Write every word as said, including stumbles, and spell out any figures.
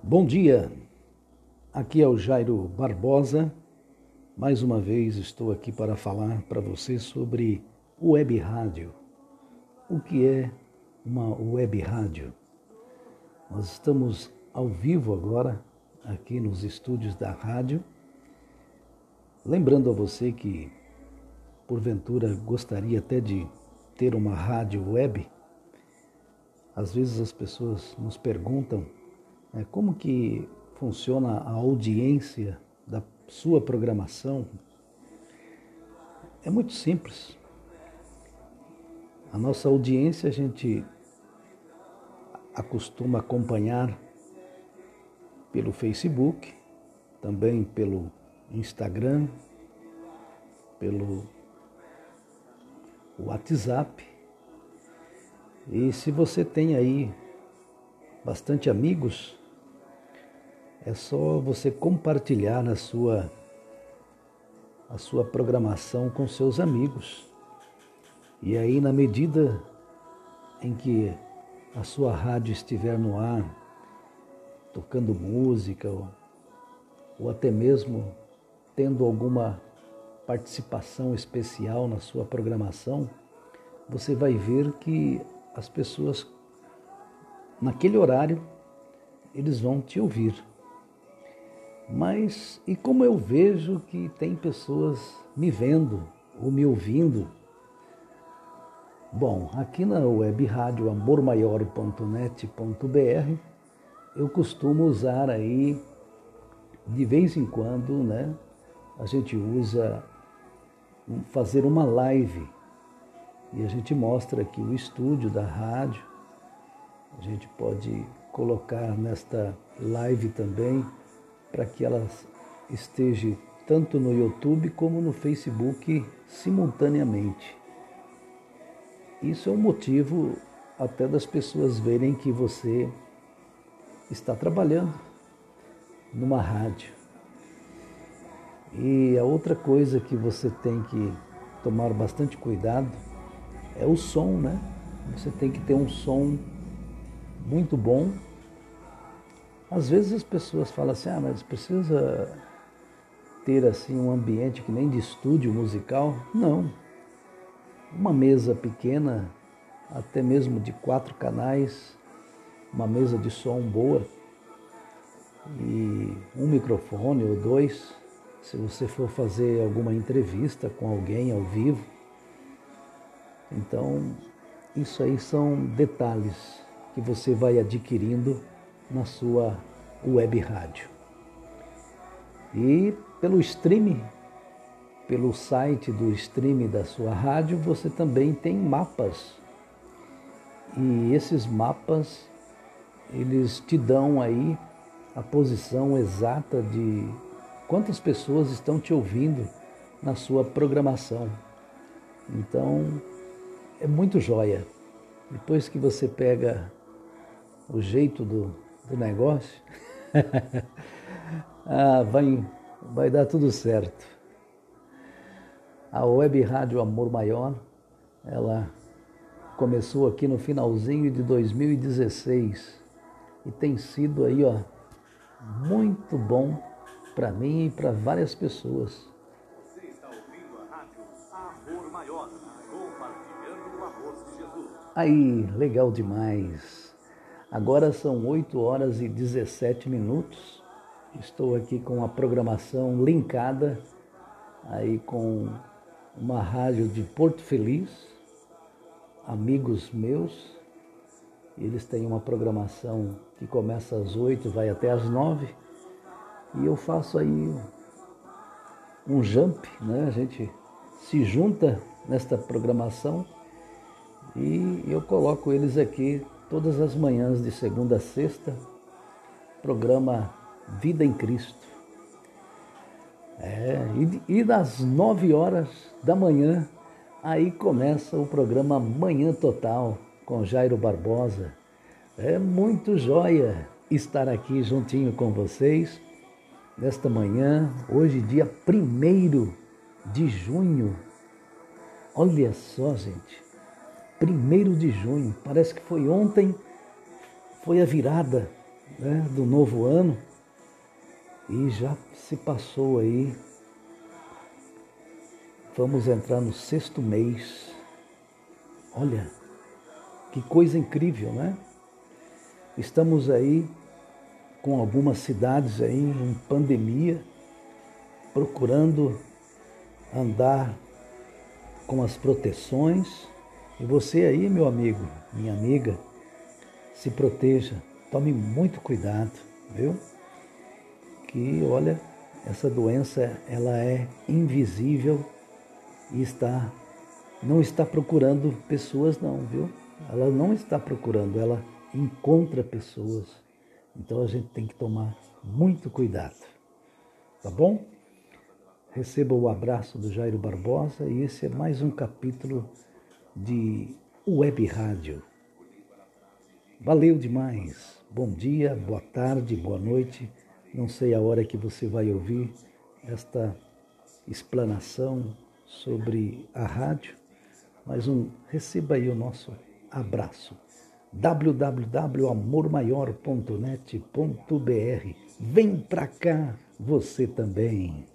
Bom dia, aqui é o Jairo Barbosa. Mais uma vez estou aqui para falar para você sobre web rádio. O que é uma web rádio? Nós estamos ao vivo agora aqui nos estúdios da rádio. Lembrando a você que porventura gostaria até de ter uma rádio web. Às vezes as pessoas nos perguntam É, como que funciona a audiência da sua programação? É muito simples. A nossa audiência a gente acostuma acompanhar pelo Facebook, também pelo Instagram, pelo WhatsApp. E se você tem aí bastante amigos, é só você compartilhar a sua, a sua programação com seus amigos. E aí, na medida em que a sua rádio estiver no ar, tocando música, ou, ou até mesmo tendo alguma participação especial na sua programação, você vai ver que as pessoas, naquele horário, eles vão te ouvir. Mas e como eu vejo que tem pessoas me vendo ou me ouvindo? Bom, aqui na web rádio amor maior ponto net ponto b r eu costumo usar aí, de vez em quando, né? A gente usa fazer uma live e a gente mostra aqui o estúdio da rádio. A gente pode colocar nesta live também para que ela esteja tanto no YouTube como no Facebook simultaneamente. Isso é um motivo até das pessoas verem que você está trabalhando numa rádio. E a outra coisa que você tem que tomar bastante cuidado é o som, né? Você tem que ter um som muito bom. Às vezes as pessoas falam assim, ah, mas precisa ter assim um ambiente que nem de estúdio musical. Não. Uma mesa pequena, até mesmo de quatro canais, uma mesa de som boa e um microfone ou dois, se você for fazer alguma entrevista com alguém ao vivo. Então, isso aí são detalhes que você vai adquirindo na sua web rádio. E pelo streaming, pelo site do streaming da sua rádio, você também tem mapas. E esses mapas, eles te dão aí a posição exata de quantas pessoas estão te ouvindo na sua programação. Então, é muito joia. Depois que você pega o jeito do, do negócio, ah, vai, vai dar tudo certo. A web rádio Amor Maior, ela começou aqui no finalzinho de dois mil e dezesseis e tem sido aí, ó, muito bom para mim e para várias pessoas. Você está ouvindo a rádio Amor Maior, compartilhando o amor de Jesus. Aí, legal demais. Agora são oito horas e dezessete minutos. Estou aqui com a programação linkada aí com uma rádio de Porto Feliz, amigos meus. Eles têm uma programação que começa às oito, vai até às nove. E eu faço aí um jump, né? A gente se junta nesta programação e eu coloco eles aqui todas as manhãs de segunda a sexta, programa Vida em Cristo. É, e, e das nove horas da manhã, aí começa o programa Manhã Total, com Jairo Barbosa. É muito joia estar aqui juntinho com vocês, nesta manhã, hoje dia primeiro de junho. Olha só, gente, primeiro de junho, parece que foi ontem, foi a virada né, do novo ano e já se passou aí, vamos entrar no sexto mês. Olha, que coisa incrível, né? Estamos aí com algumas cidades aí em pandemia, procurando andar com as proteções. E você aí, meu amigo, minha amiga, se proteja, tome muito cuidado, viu? Que, olha, essa doença, ela é invisível e está, não está procurando pessoas não, viu? Ela não está procurando, ela encontra pessoas. Então a gente tem que tomar muito cuidado, tá bom? Receba o abraço do Jairo Barbosa e esse é mais um capítulo de Web Rádio. Valeu demais. Bom dia, boa tarde, boa noite. Não sei a hora que você vai ouvir esta explanação sobre a rádio, mas um, receba aí o nosso abraço. w w w ponto amor maior ponto net ponto b r. Vem pra cá, você também.